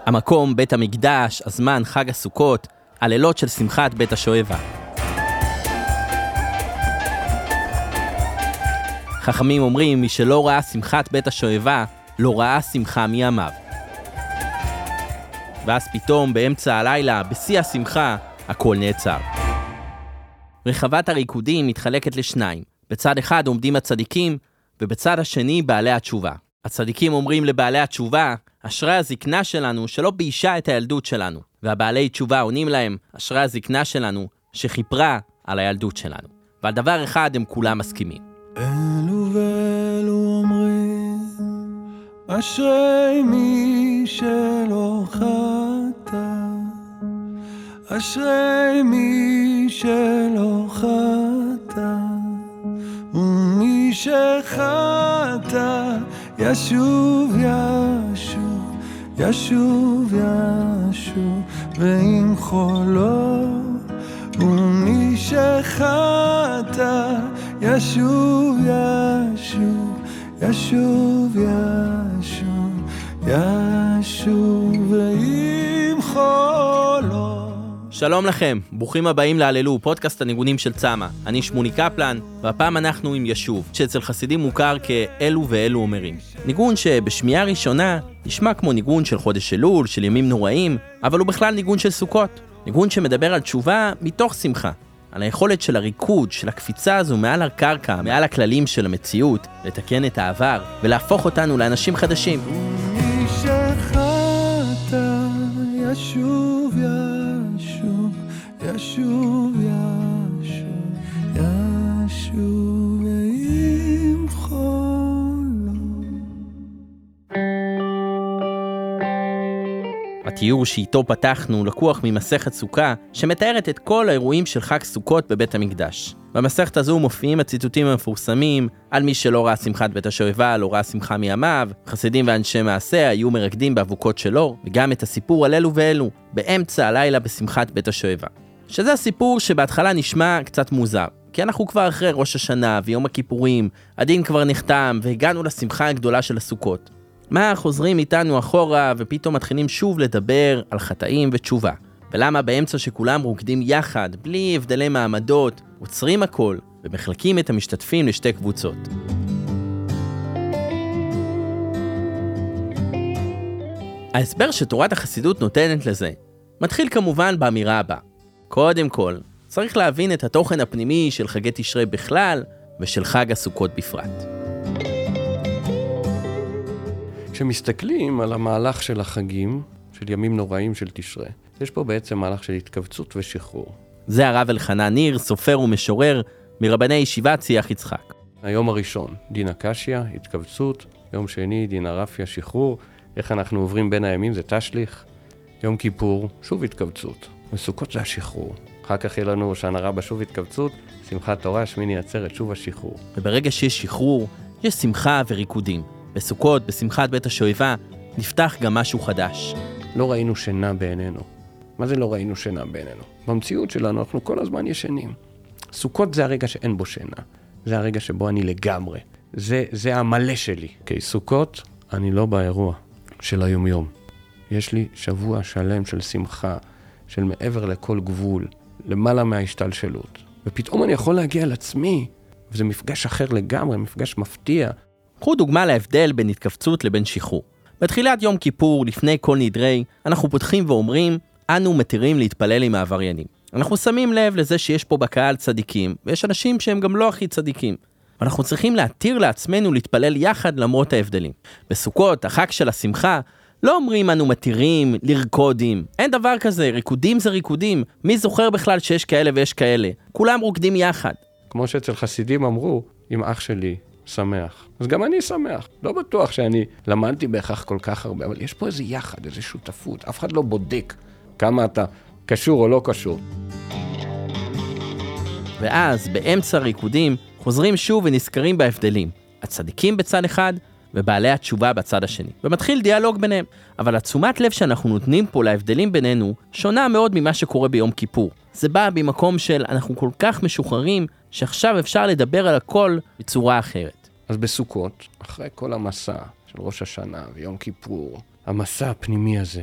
המקום, בית המקדש, הזמן, חג הסוכות, הלילות של שמחת בית השואבה. חכמים אומרים, מי שלא ראה שמחת בית השואבה, לא ראה שמחה מימיו. ואז פתאום, באמצע הלילה, בשיא השמחה, הכל נעצר. רחבת הריקודים מתחלקת לשניים. בצד אחד עומדים הצדיקים, ובצד השני בעלי התשובה. הצדיקים אומרים לבעלי התשובה, אשרי הזקנה שלנו שלא ביישה את הילדות שלנו. והבעלי תשובה עונים להם, אשרי הזקנה שלנו שחיפרה על הילדות שלנו. ועל דבר אחד הם כולם מסכימים. אלו ואלו אומרים, אשרי מי שלא חטא, אשרי מי שלא חטא, ומי שחטא ישוב ישוב, ישוב ישוב, ועם חולו, ומי שחטא ישוב ישוב, ישוב ישוב, ישוב ועם חולו. שלום לכם, ברוכים הבאים להללו, פודקאסט הניגונים של צמה. אני שמוני קפלן, והפעם אנחנו עם ישוב, שאצל חסידים מוכר כאלו ואלו אומרים. ניגון שבשמיעה ראשונה נשמע כמו ניגון של חודש אלול, של ימים נוראים, אבל הוא בכלל ניגון של סוכות. ניגון שמדבר על תשובה מתוך שמחה. על היכולת של הריקוד, של הקפיצה הזו מעל הקרקע, מעל הכללים של המציאות, לתקן את העבר ולהפוך אותנו לאנשים חדשים. ומי שחטא ישוב ישוב, ישוב ישוב, ישוב ועם חולו. התיאור שאיתו פתחנו לקוח ממסכת סוכה, שמתארת את כל האירועים של חג סוכות בבית המקדש. במסכת הזו מופיעים הציטוטים המפורסמים על מי שלא ראה שמחת בית השואבה, לא ראה שמחה מימיו, חסידים ואנשי מעשה היו מרקדים באבוקות שלו, וגם את הסיפור על אלו ואלו, באמצע הלילה בשמחת בית השואבה. שזה הסיפור שבהתחלה נשמע קצת מוזר, כי אנחנו כבר אחרי ראש השנה ויום הכיפורים, הדין כבר נחתם והגענו לשמחה הגדולה של הסוכות. מה חוזרים איתנו אחורה ופתאום מתחילים שוב לדבר על חטאים ותשובה? ולמה באמצע שכולם רוקדים יחד, בלי הבדלי מעמדות, עוצרים הכל ומחלקים את המשתתפים לשתי קבוצות? ההסבר שתורת החסידות נותנת לזה מתחיל כמובן באמירה הבאה. קודם כל, צריך להבין את התוכן הפנימי של חגי תשרי בכלל ושל חג הסוכות בפרט. כשמסתכלים על המהלך של החגים, של ימים נוראים של תשרי, יש פה בעצם מהלך של התכווצות ושחרור. זה הרב אלחנן ניר, סופר ומשורר, מרבני ישיבת שיח יצחק. היום הראשון, דין הקשיא, התכווצות, יום שני, דין הרפיה, שחרור, איך אנחנו עוברים בין הימים, זה תשליך, יום כיפור, שוב התכווצות, וסוכות זה השחרור. אחר כך יהיה לנו שנה רבה שוב התכווצות, שמחת תורה, שמיני עצרת, שוב השחרור. וברגע שיש שחרור, יש שמחה וריקודים. בסוכות, בשמחת בית השואבה, נפתח גם משהו חדש. לא ראינו שינה בעינינו. מה זה לא ראינו שינה בעינינו? במציאות שלנו אנחנו כל הזמן ישנים. סוכות זה הרגע שאין בו שינה. זה הרגע שבו אני לגמרי. זה המלא שלי. כי סוכות, אני לא באירוע של היום-יום. יש לי שבוע שלם של שמחה, של מעבר לכל גבול, למעלה מההשתלשלות. ופתאום אני יכול להגיע לעצמי, וזה מפגש אחר לגמרי, מפגש מפתיע. קחו דוגמה להבדל בין התכווצות לבין שחרור. בתחילת יום כיפור, לפני כל נדרי, אנחנו פותחים ואומרים, אנו מתירים להתפלל עם העבריינים. אנחנו שמים לב לזה שיש פה בקהל צדיקים, ויש אנשים שהם גם לא הכי צדיקים. ואנחנו צריכים להתיר לעצמנו להתפלל יחד למרות ההבדלים. בסוכות, החג של השמחה, לא אומרים אנו מתירים לרקודים. אין דבר כזה, ריקודים זה ריקודים. מי זוכר בכלל שיש כאלה ויש כאלה? כולם רוקדים יחד. כמו שאצל חסידים אמרו, אם אח שלי שמח. אז גם אני שמח. לא בטוח שאני למדתי בהכרח כל כך הרבה, אבל יש פה איזה יחד, איזה שותפות. אף אחד לא בודק כמה אתה קשור או לא קשור. ואז, באמצע הריקודים, חוזרים שוב ונזכרים בהבדלים. הצדיקים בצד אחד, ובעלי התשובה בצד השני. ומתחיל דיאלוג ביניהם. אבל התשומת לב שאנחנו נותנים פה להבדלים בינינו, שונה מאוד ממה שקורה ביום כיפור. זה בא במקום של אנחנו כל כך משוחררים, שעכשיו אפשר לדבר על הכל בצורה אחרת. אז בסוכות, אחרי כל המסע של ראש השנה ויום כיפור, המסע הפנימי הזה,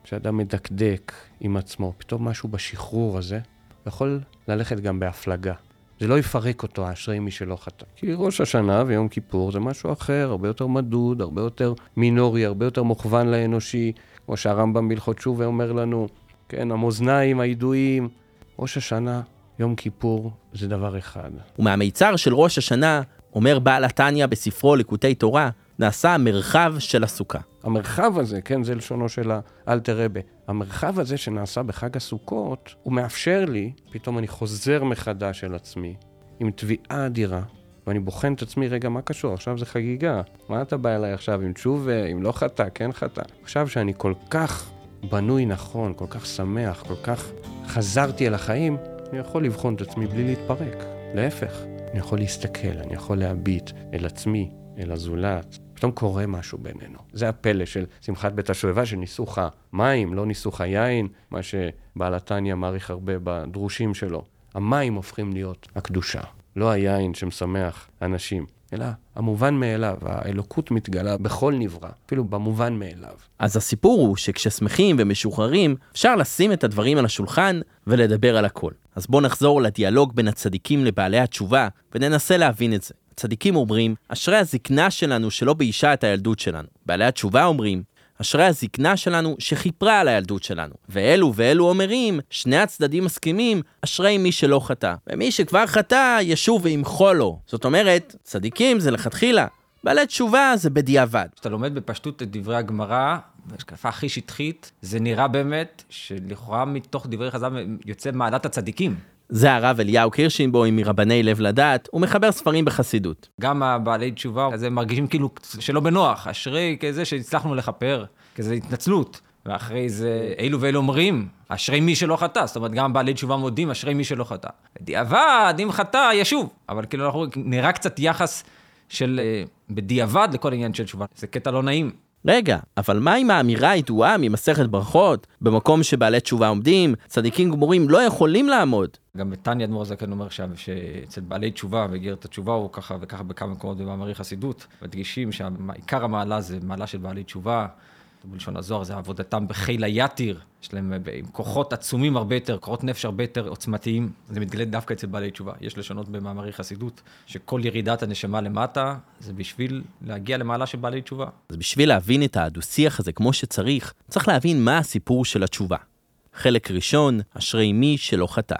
שאדם מדקדק עם עצמו, פתאום משהו בשחרור הזה, יכול ללכת גם בהפלגה. זה לא יפרק אותו, אשרי מי שלא חטא. כי ראש השנה ויום כיפור זה משהו אחר, הרבה יותר מדוד, הרבה יותר מינורי, הרבה יותר מוכוון לאנושי, כמו שהרמב"ם בהלכות תשובה אומר לנו, כן, המאזניים, הידועים, ראש השנה, יום כיפור, זה דבר אחד. ומהמיצר של ראש השנה, אומר בעל התניא בספרו ליקוטי תורה, נעשה המרחב של הסוכה. המרחב הזה, כן, זה לשונו של האלתר רבי, המרחב הזה שנעשה בחג הסוכות, הוא מאפשר לי, פתאום אני חוזר מחדש אל עצמי, עם תביעה אדירה, ואני בוחן את עצמי, רגע, מה קשור? עכשיו זה חגיגה. מה אתה בא אליי עכשיו? עם תשובה, אם לא חטא, כן חטא. עכשיו שאני כל כך בנוי נכון, כל כך שמח, כל כך חזרתי אל החיים, אני יכול לבחון את עצמי בלי להתפרק. להפך, אני יכול להסתכל, אני יכול להביט אל עצמי, אל הזולת. פתאום קורה משהו בינינו. זה הפלא של שמחת בית השואבה, של ניסוך המים, לא ניסוך היין, מה שבעל התניא מעריך הרבה בדרושים שלו. המים הופכים להיות הקדושה, לא היין שמשמח אנשים, אלא המובן מאליו, האלוקות מתגלה בכל נברא, אפילו במובן מאליו. אז הסיפור הוא שכששמחים ומשוחררים, אפשר לשים את הדברים על השולחן ולדבר על הכל. אז בואו נחזור לדיאלוג בין הצדיקים לבעלי התשובה, וננסה להבין את זה. הצדיקים אומרים, אשרי הזקנה שלנו שלא באישה את הילדות שלנו. בעלי התשובה אומרים, אשרי הזקנה שלנו שחיפרה על הילדות שלנו. ואלו אומרים, שני הצדדים מסכימים, אשרי מי שלא חטא. ומי שכבר חטא, ישוב וימחול לו. זאת אומרת, צדיקים זה לכתחילה. בעלי תשובה זה בדיעבד. כשאתה לומד בפשטות את דברי הגמרא, בהשקפה הכי שטחית, זה נראה באמת שלכאורה מתוך דברי חז"ל יוצא מעלת הצדיקים. זה הרב אליהו קירשנבוים מרבני לב לדעת, הוא מחבר ספרים בחסידות. גם הבעלי תשובה, אז הם מרגישים כאילו שלא בנוח, אשרי כזה שהצלחנו לחפר, כזה התנצלות. ואחרי זה, ואלו אומרים, אשרי מי שלא חטא, זאת אומרת, גם בעלי תשובה מודים, אשרי מי שלא חטא. בדיעבד, אם חטא, ישוב. אבל כאילו אנחנו נראה קצת יחס של בדיעבד לכל עניין של תשובה. זה קטע לא נעים. רגע, אבל מה עם האמירה הידועה ממסכת ברכות? במקום שבעלי תשובה עומדים, צדיקים גמורים לא יכולים לעמוד. גם בתניא אדמו"ר הזקן אומר שאצל בעלי תשובה ואיגרת התשובה הוא ככה וככה בכמה מקומות במאמרי חסידות, מדגישים שעיקר המעלה זה מעלה של בעלי תשובה, בלשון הזוהר זה עבודתם בחיל היתיר, יש להם כוחות עצומים הרבה יותר, כוחות נפש הרבה יותר עוצמתיים, זה מתגלה דווקא אצל בעלי תשובה. יש לשונות במאמרי חסידות, שכל ירידת הנשמה למטה, זה בשביל להגיע למעלה של בעלי תשובה. אז בשביל להבין את הדו-שיח הזה כמו שצריך, צריך להבין מה הסיפור של התשובה. חלק ראשון, אשרי מי שלא חטא.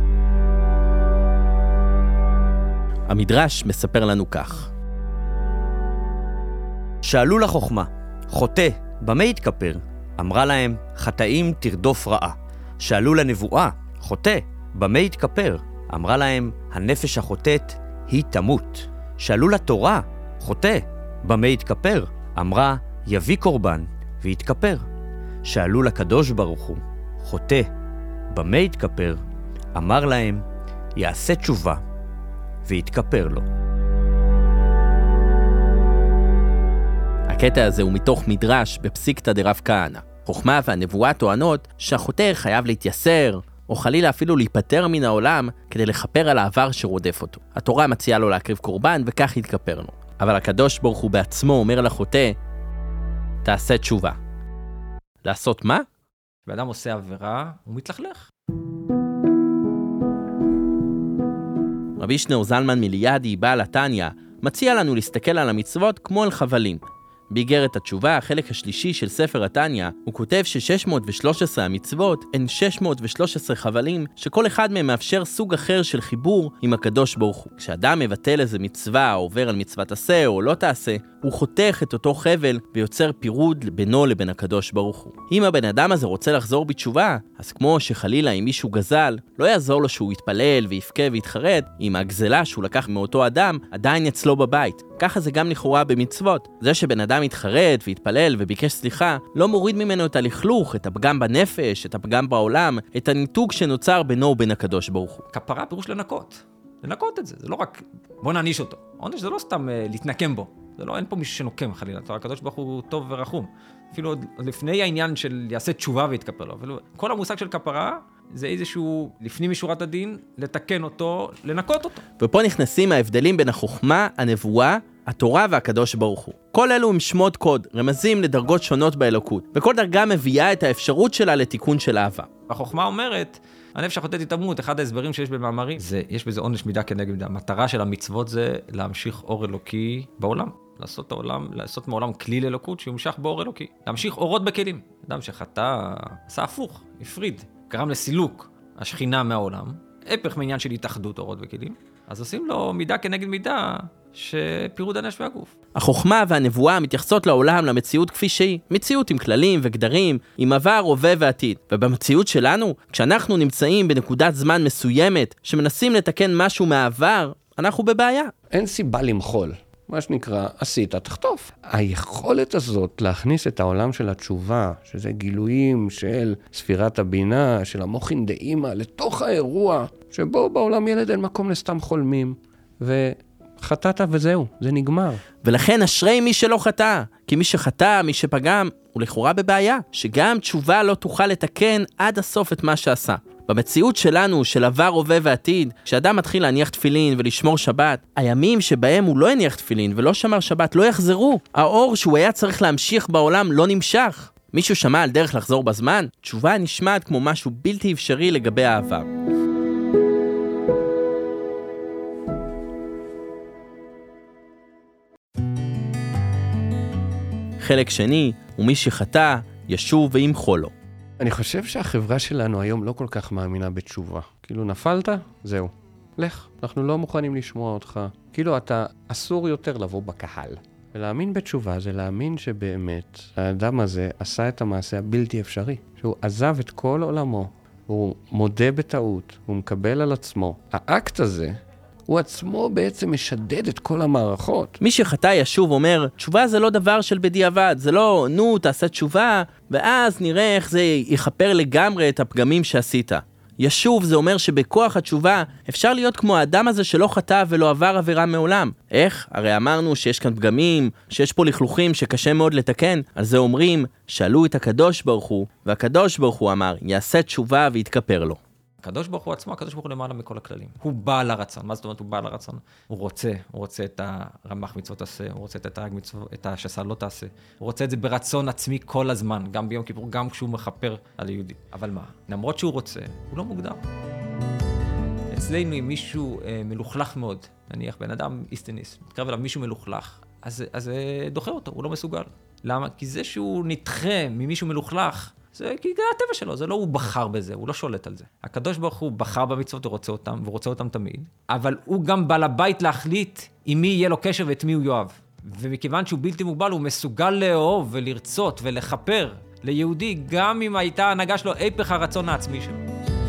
המדרש מספר לנו כך. שאלו לחוכמה, חוטא, במה יתכפר? אמרה להם, חטאים תרדוף רעה. שאלו לנבואה, חוטא, במה יתכפר? אמרה להם, הנפש החוטאת היא תמות. שאלו לתורה, חוטא, במה יתכפר? אמרה, יביא קורבן ויתכפר. שאלו לקדוש ברוך הוא, חוטא, במה יתכפר? אמר להם, יעשה תשובה ויתכפר לו. הקטע הזה הוא מתוך מדרש בפסיקתא דרב כהנא. חוכמה והנבואה טוענות שהחוטא חייב להתייסר, או חלילה אפילו להיפטר מן העולם כדי לכפר על העבר שרודף אותו. התורה מציעה לו להקריב קורבן וכך יתכפר לו. אבל הקדוש ברוך הוא בעצמו אומר לחוטא, תעשה תשובה. לעשות מה? כשאדם עושה עבירה, הוא מתלכלך. רבי שניאור זלמן מליאדי, בעל התניא, מציע לנו להסתכל על המצוות כמו על חבלים. באיגרת התשובה, החלק השלישי של ספר התניא, הוא כותב ש-613 המצוות הן 613 חבלים, שכל אחד מהם מאפשר סוג אחר של חיבור עם הקדוש ברוך הוא. כשאדם מבטל איזה מצווה, או עובר על מצוות עשה או לא תעשה, הוא חותך את אותו חבל ויוצר פירוד בינו לבין הקדוש ברוך הוא. אם הבן אדם הזה רוצה לחזור בתשובה, אז כמו שחלילה אם מישהו גזל, לא יעזור לו שהוא יתפלל ויפקה ויתחרט, אם הגזלה שהוא לקח מאותו אדם עדיין אצלו בבית. ככה זה גם לכאורה במצוות. זה שבן אדם יתחרט ויתפלל וביקש סליחה, לא מוריד ממנו את הלכלוך, את הפגם בנפש, את הפגם בעולם, את הניתוק שנוצר בינו ובין הקדוש ברוך הוא. כפרה פירוש לנקות. לנקות את זה. זה לא רק בוא נעניש אותו. עונש זה לא סתם להתנקם בו. זה לא, אין פה מישהו שנוקם חלילה. הקדוש ברוך הוא טוב ורחום. אפילו עוד לפני העניין של יעשה תשובה ויתכפר לו. אבל כל המושג של כפרה זה איזשהו, לפנים משורת הדין, לתקן אותו, לנקות אותו. ופה נכנסים ההבדלים בין החוכמה, הנבואה, התורה והקדוש ברוך הוא. כל אלו הם שמות קוד, רמזים לדרגות שונות באלוקות, וכל דרגה מביאה את האפשרות שלה לתיקון של אהבה. החוכמה אומרת, הנפש החוטאת התאמות, אחד ההסברים שיש במאמרים, יש בזה עונש מידה כנגד מידה. המטרה של המצוות זה להמשיך אור אלוקי בעולם. לעשות מעולם כלי לאלוקות שימשך באור אלוקי. להמשיך אורות בכלים. אדם שחטא, עשה הפוך, הפריד, גרם לסילוק השכינה מהעולם, הפך מעניין של התאחדות אורות וכלים, אז עושים לו מידה כנגד מידה שפירוד הנפש והגוף. החוכמה והנבואה מתייחסות לעולם, למציאות כפי שהיא. מציאות עם כללים וגדרים, עם עבר, הווה ועתיד. ובמציאות שלנו, כשאנחנו נמצאים בנקודת זמן מסוימת, שמנסים לתקן משהו מהעבר, אנחנו בבעיה. אין סיבה למחול. מה שנקרא, עשית, תחטוף. היכולת הזאת להכניס את העולם של התשובה, שזה גילויים של ספירת הבינה, של המוחין דאימא, לתוך האירוע, שבו בעולם ילד אין מקום לסתם חולמים, וחטאת וזהו, זה נגמר. ולכן אשרי מי שלא חטא, כי מי שחטא, מי שפגם, הוא לכאורה בבעיה, שגם תשובה לא תוכל לתקן עד הסוף את מה שעשה. במציאות שלנו, של עבר, הווה ועתיד, כשאדם מתחיל להניח תפילין ולשמור שבת, הימים שבהם הוא לא הניח תפילין ולא שמר שבת לא יחזרו. האור שהוא היה צריך להמשיך בעולם לא נמשך. מישהו שמע על דרך לחזור בזמן? תשובה נשמעת כמו משהו בלתי אפשרי לגבי העבר. חלק שני, ומי שחטא, ישוב וימחול לו. אני חושב שהחברה שלנו היום לא כל כך מאמינה בתשובה. כאילו נפלת, זהו. לך, אנחנו לא מוכנים לשמוע אותך. כאילו אתה אסור יותר לבוא בקהל. ולהאמין בתשובה זה להאמין שבאמת האדם הזה עשה את המעשה הבלתי אפשרי. שהוא עזב את כל עולמו, הוא מודה בטעות, הוא מקבל על עצמו. האקט הזה, הוא עצמו בעצם משדד את כל המערכות. מי שחטא ישוב אומר, תשובה זה לא דבר של בדיעבד, זה לא, נו, תעשה תשובה, ואז נראה איך זה יכפר לגמרי את הפגמים שעשית. ישוב זה אומר שבכוח התשובה אפשר להיות כמו האדם הזה שלא חטא ולא עבר עבירה מעולם. איך? הרי אמרנו שיש כאן פגמים, שיש פה לכלוכים שקשה מאוד לתקן. על זה אומרים, שאלו את הקדוש ברוך הוא, והקדוש ברוך הוא אמר, יעשה תשובה ויתכפר לו. הקדוש ברוך הוא עצמו, הקדוש ברוך הוא למעלה מכל הכללים. הוא בעל הרצון. מה זאת אומרת הוא בעל הרצון? הוא רוצה את הרמ"ח מצוות תעשה, הוא רוצה את התרג מצוות, את השסה לא תעשה. הוא רוצה את זה ברצון עצמי כל הזמן, גם ביום כיפור, גם כשהוא מחפר על היהודי. אבל מה? למרות שהוא רוצה, הוא לא מוגדר. אצלנו אם מישהו מלוכלך מאוד, נניח בן אדם איסטניס, מתקרב אליו מישהו מלוכלך, אז דוחה אותו, הוא לא מסוגל. למה? כי זה שהוא נדחה ממישהו מלוכלך, זה כי זה הטבע שלו, זה לא הוא בחר בזה, הוא לא שולט על זה. הקדוש ברוך הוא בחר במצוות, הוא רוצה אותם תמיד, אבל הוא גם בעל הבית להחליט עם מי יהיה לו קשר ואת מי הוא יאהב. ומכיוון שהוא בלתי מוגבל, הוא מסוגל לאהוב ולרצות ולחפר ליהודי, גם אם הייתה ההנהגה שלו הפך הרצון העצמי שלו.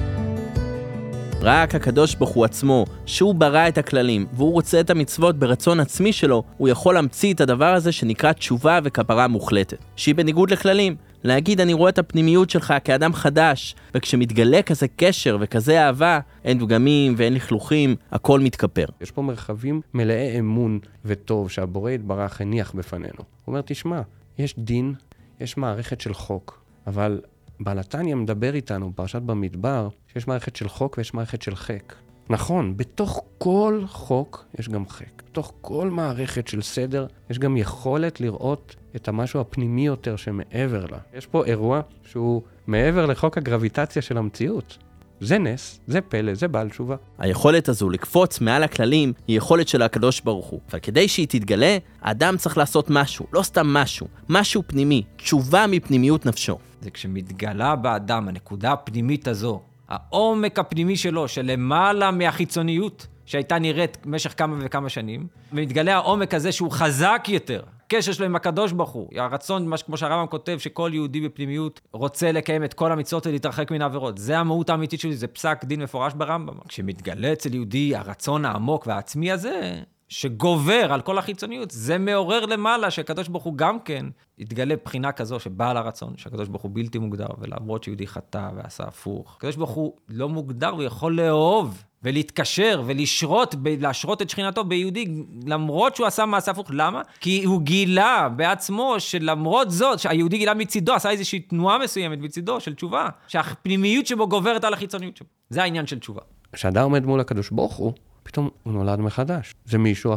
רק הקדוש ברוך הוא עצמו, שהוא ברא את הכללים, והוא רוצה את המצוות ברצון עצמי שלו, הוא יכול להמציא את הדבר הזה שנקרא תשובה וכפרה מוחלטת, שהיא בניגוד לכללים. להגיד אני רואה את הפנימיות שלך כאדם חדש, וכשמתגלה כזה קשר וכזה אהבה, אין פגמים ואין לכלוכים, הכל מתכפר. יש פה מרחבים מלאי אמון וטוב שהבורא יתברך הניח בפנינו. הוא אומר, תשמע, יש דין, יש מערכת של חוק, אבל בעל התניא מדבר איתנו בפרשת במדבר, שיש מערכת של חוק ויש מערכת של חק. נכון, בתוך כל חוק יש גם חק. בתוך כל מערכת של סדר יש גם יכולת לראות את המשהו הפנימי יותר שמעבר לה. יש פה אירוע שהוא מעבר לחוק הגרביטציה של המציאות. זה נס, זה פלא, זה בעל תשובה. היכולת הזו לקפוץ מעל הכללים היא יכולת של הקדוש ברוך הוא. אבל כדי שהיא תתגלה, האדם צריך לעשות משהו, לא סתם משהו פנימי, תשובה מפנימיות נפשו. זה כשמתגלה באדם הנקודה הפנימית הזו, העומק הפנימי שלו, שלמעלה מהחיצוניות שהייתה נראית במשך כמה וכמה שנים, ומתגלה העומק הזה שהוא חזק יותר, קשר שלו עם הקדוש ברוך הוא, הרצון, כמו שהרמב"ם כותב, שכל יהודי בפנימיות רוצה לקיים את כל המצוות ולהתרחק מן העבירות. זה המהות האמיתית שלי, זה פסק דין מפורש ברמב"ם. כשמתגלה אצל יהודי הרצון העמוק והעצמי הזה, שגובר על כל החיצוניות, זה מעורר למעלה שהקדוש ברוך הוא גם כן יתגלה בחינה כזו שבעל הרצון, שהקדוש ברוך הוא בלתי מוגדר, ולמרות שיהודי חטא ועשה הפוך. הקדוש ברוך הוא לא מוגדר, הוא יכול לאהוב ולהתקשר ולהשרות את שכינתו ביהודי, למרות שהוא עשה מעשה הפוך. למה? כי הוא גילה בעצמו שלמרות זאת, שהיהודי גילה מצידו, עשה איזושהי תנועה מסוימת מצידו של תשובה, שהפנימיות שבו גוברת על החיצוניות שבו. זה העניין של תשובה. כשאדם עומד מול הקדוש ברוך הוא, פתאום הוא נולד מחדש. זה מישהו אחר.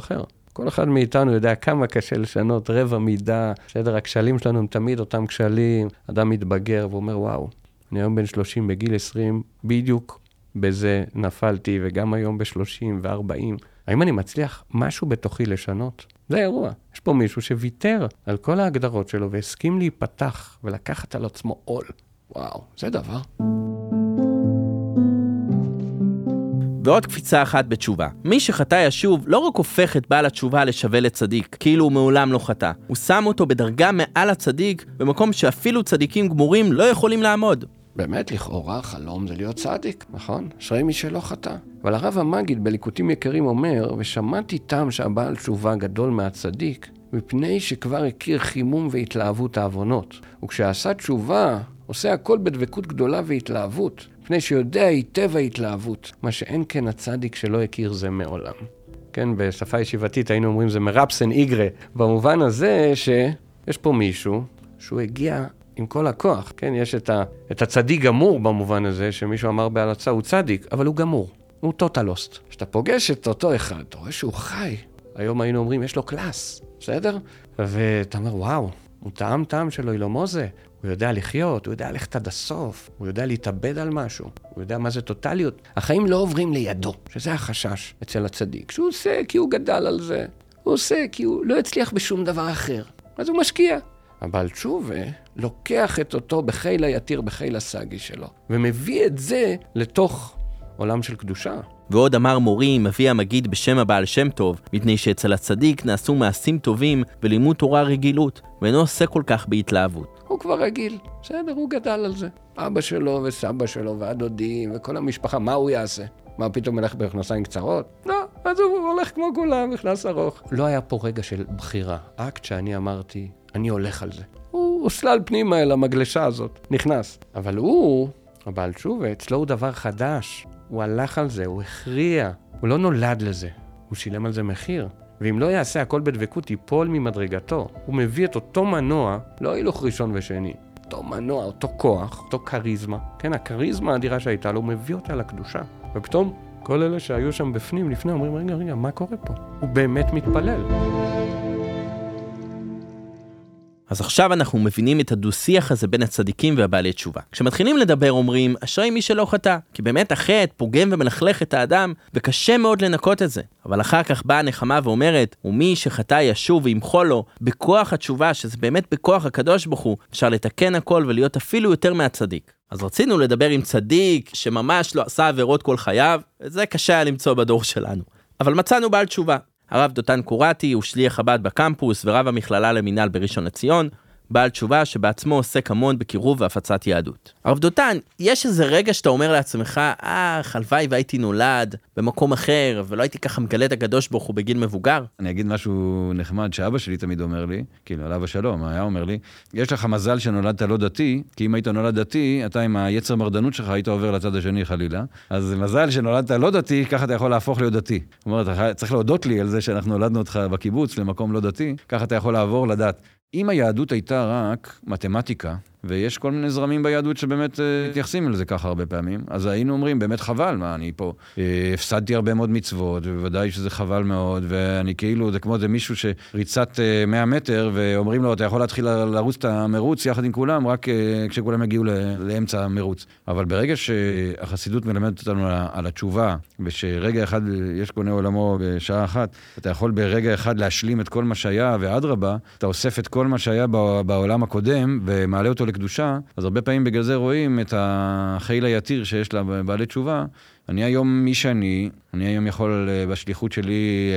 כל אחד מאיתנו יודע כמה קשה לשנות רבע מידה, בסדר, הכשלים שלנו הם תמיד אותם כשלים, אדם מתבגר ואומר, וואו, אני היום בן 30, בגיל 20, בדיוק בזה נפלתי, וגם היום ב-30 ו-40. האם אני מצליח משהו בתוכי לשנות? זה אירוע. יש פה מישהו שוויתר על כל ההגדרות שלו, והסכים להיפתח ולקחת על עצמו עול. וואו, זה דבר. ועוד קפיצה אחת בתשובה. מי שחטא ישוב לא רק הופך את בעל התשובה לשווה לצדיק, כאילו הוא מעולם לא חטא. הוא שם אותו בדרגה מעל הצדיק, במקום שאפילו צדיקים גמורים לא יכולים לעמוד. באמת, לכאורה, חלום זה להיות צדיק, נכון? אשרי מי שלא חטא. אבל הרב המגיד בליקוטים יקרים אומר, ושמעתי טעם שהבעל תשובה גדול מהצדיק, מפני שכבר הכיר חימום והתלהבות העוונות. וכשעשה תשובה, עושה הכל בדבקות גדולה והתלהבות, מפני שיודע היטב ההתלהבות, מה שאין כן הצדיק שלא הכיר זה מעולם. כן, בשפה ישיבתית היינו אומרים זה מרפסן איגרה, במובן הזה שיש פה מישהו שהוא הגיע עם כל הכוח, כן, יש את הצדיק גמור במובן הזה, שמישהו אמר בהלצה, הוא צדיק, אבל הוא גמור, הוא טוטלוסט. כשאתה פוגש את אותו אחד, אתה רואה שהוא חי, היום היינו אומרים, יש לו קלאס, בסדר? ואתה אומר, וואו, הוא טעם שלו אילומוזה, הוא יודע לחיות, הוא יודע ללכת עד הסוף, הוא יודע להתאבד על משהו, הוא יודע מה זה טוטליות. החיים לא עוברים לידו, שזה החשש אצל הצדיק, שהוא עושה כי הוא גדל על זה, הוא עושה כי הוא לא הצליח בשום דבר אחר, אז הוא משקיע. הבעל תשובה לוקח את אותו בחיל היתיר, בחיל הסגי שלו, ומביא את זה לתוך עולם של קדושה. ועוד אמר מורי, מביא המגיד בשם הבעל שם טוב, מפני שאצל הצדיק נעשו מעשים טובים ולימוד תורה רגילות, ואינו עושה כל כך בהתלהבות. הוא כבר רגיל, בסדר, הוא גדל על זה. אבא שלו וסבא שלו והדודים וכל המשפחה, מה הוא יעשה? מה, פתאום הלך במכנסיים קצרות? לא, אז הוא הולך כמו כולם, מכנס ארוך. לא היה פה רגע של בחירה, אקט שאני אמרתי, אני הולך על זה. הוא סלל פנימה אל המגלשה הזאת, נכנס. אבל הוא, הבעל תשובה, אצלו הוא דבר חדש. הוא הלך על זה, הוא הכריע. הוא לא נולד לזה, הוא שילם על זה מחיר. ואם לא יעשה הכל בדבקות, ייפול ממדרגתו. הוא מביא את אותו מנוע, לא הילוך ראשון ושני. אותו מנוע, אותו כוח, אותו קריזמה. כן, הקריזמה האדירה שהייתה לו, הוא מביא אותה לקדושה. ופתאום, כל אלה שהיו שם בפנים לפני, אומרים, רגע, מה קורה פה? הוא באמת מתפלל. אז עכשיו אנחנו מבינים את הדו-שיח הזה בין הצדיקים והבעלי תשובה. כשמתחילים לדבר אומרים, אשרי מי שלא חטא, כי באמת החטא פוגם ומלכלך את האדם, וקשה מאוד לנקות את זה. אבל אחר כך באה הנחמה ואומרת, ומי שחטא ישוב וימחול לו, בכוח התשובה, שזה באמת בכוח הקדוש ברוך הוא, אפשר לתקן הכל ולהיות אפילו יותר מהצדיק. אז רצינו לדבר עם צדיק שממש לא עשה עבירות כל חייו, וזה קשה היה למצוא בדור שלנו. אבל מצאנו בעל תשובה. הרב דותן קורתי הוא שליח חב"ד בקמפוס ורב המכללה למינהל בראשון לציון, בעל תשובה שבעצמו עוסק המון בקירוב והפצת יהדות. הרב דותן, יש איזה רגע שאתה אומר לעצמך, חלוואי והייתי נולד במקום אחר, ולא הייתי ככה מגלה את הקדוש ברוך הוא בגיל מבוגר? אני אגיד משהו נחמד שאבא שלי תמיד אומר לי, כאילו עליו השלום, היה אומר לי, יש לך מזל שנולדת לא דתי, כי אם היית נולד דתי, אתה עם היצר מרדנות שלך היית עובר לצד השני חלילה, אז מזל שנולדת לא דתי, ככה אתה יכול להפוך להיות דתי. זאת אומרת, אתה צריך להודות לי על זה שאנחנו נולדנו אותך בקיבוץ למקום לא דתי, ככה אתה יכול לעבור לדת. אם היהדות הייתה רק מתמטיקה, ויש כל מיני זרמים ביהדות שבאמת מתייחסים על זה ככה הרבה פעמים, אז היינו אומרים, באמת חבל, מה, אני פה הפסדתי הרבה מאוד מצוות, ובוודאי שזה חבל מאוד, ואני כאילו, זה כמו זה מישהו שריצת 100 מטר, ואומרים לו, אתה יכול להתחיל לרוץ את המרוץ יחד עם כולם, רק כשכולם יגיעו לאמצע המרוץ. אבל ברגע שהחסידות מלמדת אותנו על התשובה, ושרגע אחד יש קונה עולמו בשעה אחת, אתה יכול ברגע אחד להשלים את כל מה שהיה, ואדרבה, אתה אוסף את כל מה שהיה בעולם הקודם, ומעלה אותו לקדושה, אז הרבה פעמים בגלל זה רואים את החיל היתיר שיש לה בעלי תשובה. אני היום מי שאני היום יכול בשליחות שלי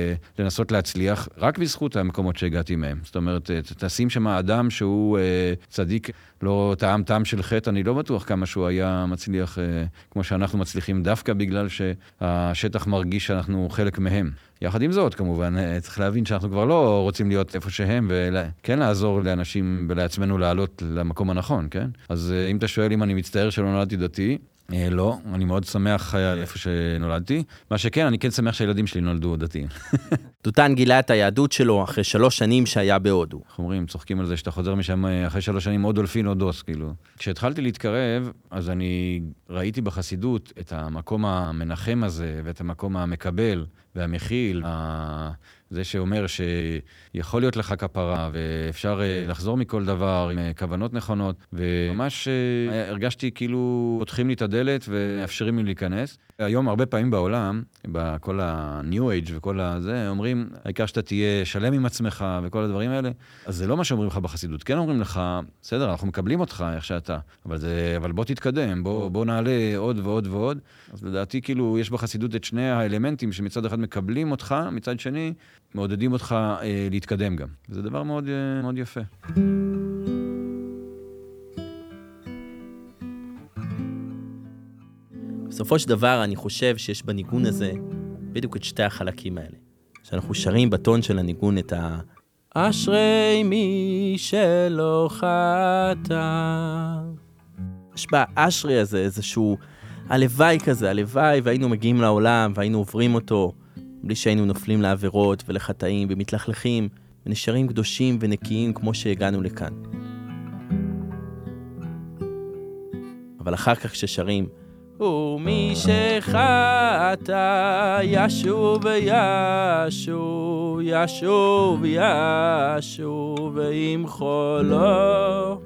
לנסות להצליח רק בזכות המקומות שהגעתי מהם. זאת אומרת, תשים שם האדם שהוא צדיק, לא טעם של חטא, אני לא בטוח כמה שהוא היה מצליח כמו שאנחנו מצליחים, דווקא בגלל שהשטח מרגיש שאנחנו חלק מהם. יחד עם זאת, כמובן, צריך להבין שאנחנו כבר לא רוצים להיות איפה שהם, וכן לעזור לאנשים ולעצמנו לעלות למקום הנכון, כן? אז אם אתה שואל אם אני מצטער שלא נולדתי דתי, לא, אני מאוד שמח איפה שנולדתי. מה שכן, אני כן שמח שהילדים שלי נולדו דתיים. דותן גילה את היהדות שלו אחרי 3 שנים שהיה בהודו. איך אומרים, צוחקים על זה שאתה חוזר משם אחרי 3 שנים עוד דולפין או דוס, כאילו. כשהתחלתי להתקרב, אז אני ראיתי בחסידות את המקום המנחם הזה, ואת המקום המקבל, והמכיל, זה שאומר שיכול להיות לך כפרה, ואפשר לחזור מכל דבר עם כוונות נכונות, וממש הרגשתי כאילו פותחים לי את הדלת ומאפשרים לי להיכנס. היום הרבה פעמים בעולם, בכל ה-New Age וכל הזה, אומרים, העיקר שאתה תהיה שלם עם עצמך וכל הדברים האלה, אז זה לא מה שאומרים לך בחסידות. כן אומרים לך, בסדר, אנחנו מקבלים אותך איך שאתה, אבל בוא תתקדם, בוא נעלה עוד ועוד ועוד. אז לדעתי כאילו יש בחסידות את שני האלמנטים שמצד אחד מקבלים אותך, מצד שני מעודדים אותך להתקדם גם. זה דבר מאוד, מאוד יפה. בסופו של דבר אני חושב שיש בניגון הזה בדיוק את שתי החלקים האלה. שאנחנו שרים בטון של הניגון את אשרי מי שלא חטא. יש באשרי הזה איזשהו הלוואי כזה, הלוואי והיינו מגיעים לעולם והיינו עוברים אותו בלי שהיינו נופלים לעבירות ולחטאים ומתלכלכים ונשארים קדושים ונקיים כמו שהגענו לכאן. אבל אחר כך כששרים ומי שחטא ישוב וישוב, ישוב וישוב וימחו לו.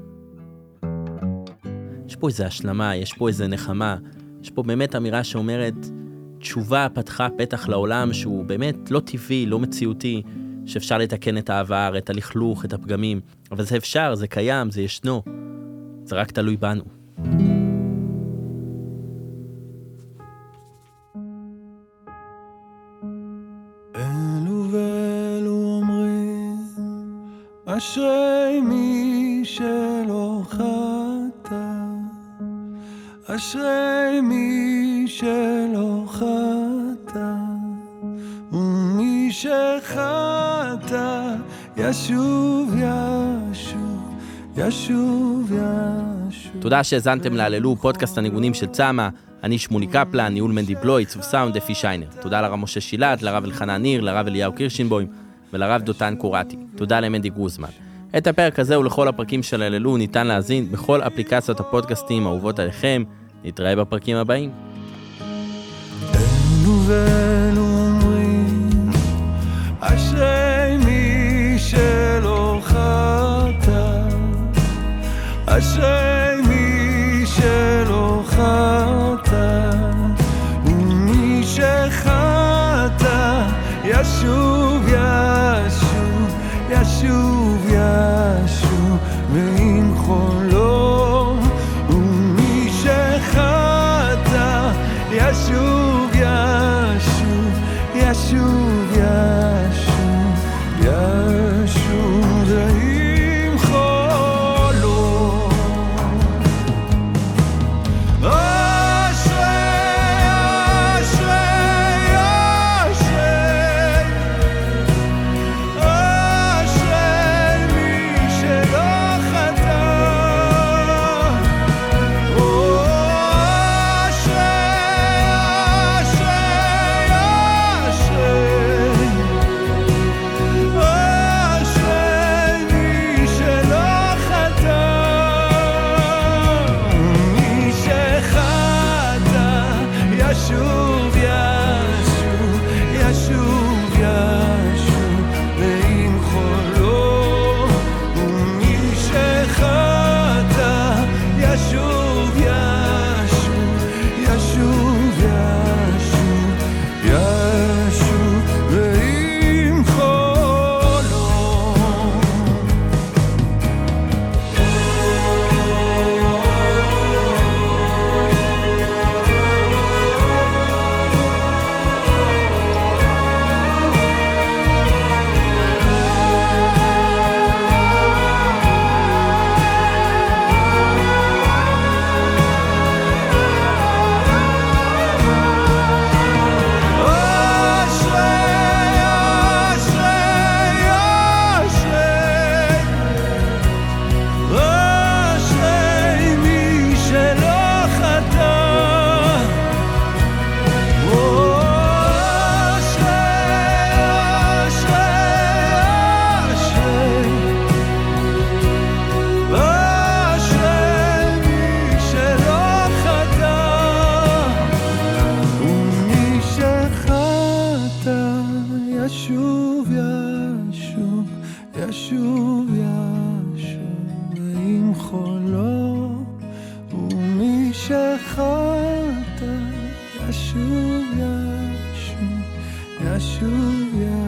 יש פה איזו השלמה, יש פה איזו נחמה, יש פה באמת אמירה שאומרת תשובה פתחה פתח לעולם שהוא באמת לא טבעי, לא מציאותי, שאפשר לתקן את העבר, את הלכלוך, את הפגמים, אבל זה אפשר, זה קיים, זה ישנו, זה רק תלוי בנו. אשרי מי שלא חטא, אשרי מי שלא חטא, ומי שחטא ישוב ישוב, ישוב ישוב. תודה שהזנתם להללו, פודקאסט הניגונים של צמה. אני שמולי קפלן, ניהול מנדי בלוי, עיצוב סאונד אפי שיינר. תודה לרב משה שילת, לרב אלחנן ניר, לרב אליהו קירשנבוים ולרב דותן קוראטי. תודה למנדי גוזמן. את הפרק הזה ולכל הפרקים של הללו ניתן להזין בכל אפליקציות הפודקאסטים האהובות עליכם. נתראה בפרקים הבאים. אלו ואלו אומרים, אשרי מי שלא חטא, אשרי מי שלא חטא, ומי שחטא ישוב ישוב, ישוב ישוב וימחו לו, ומי שחטא ישוב ישוב ישוב ישוב עם חולו, ומי שחטא ישוב ישוב ישוב ישוב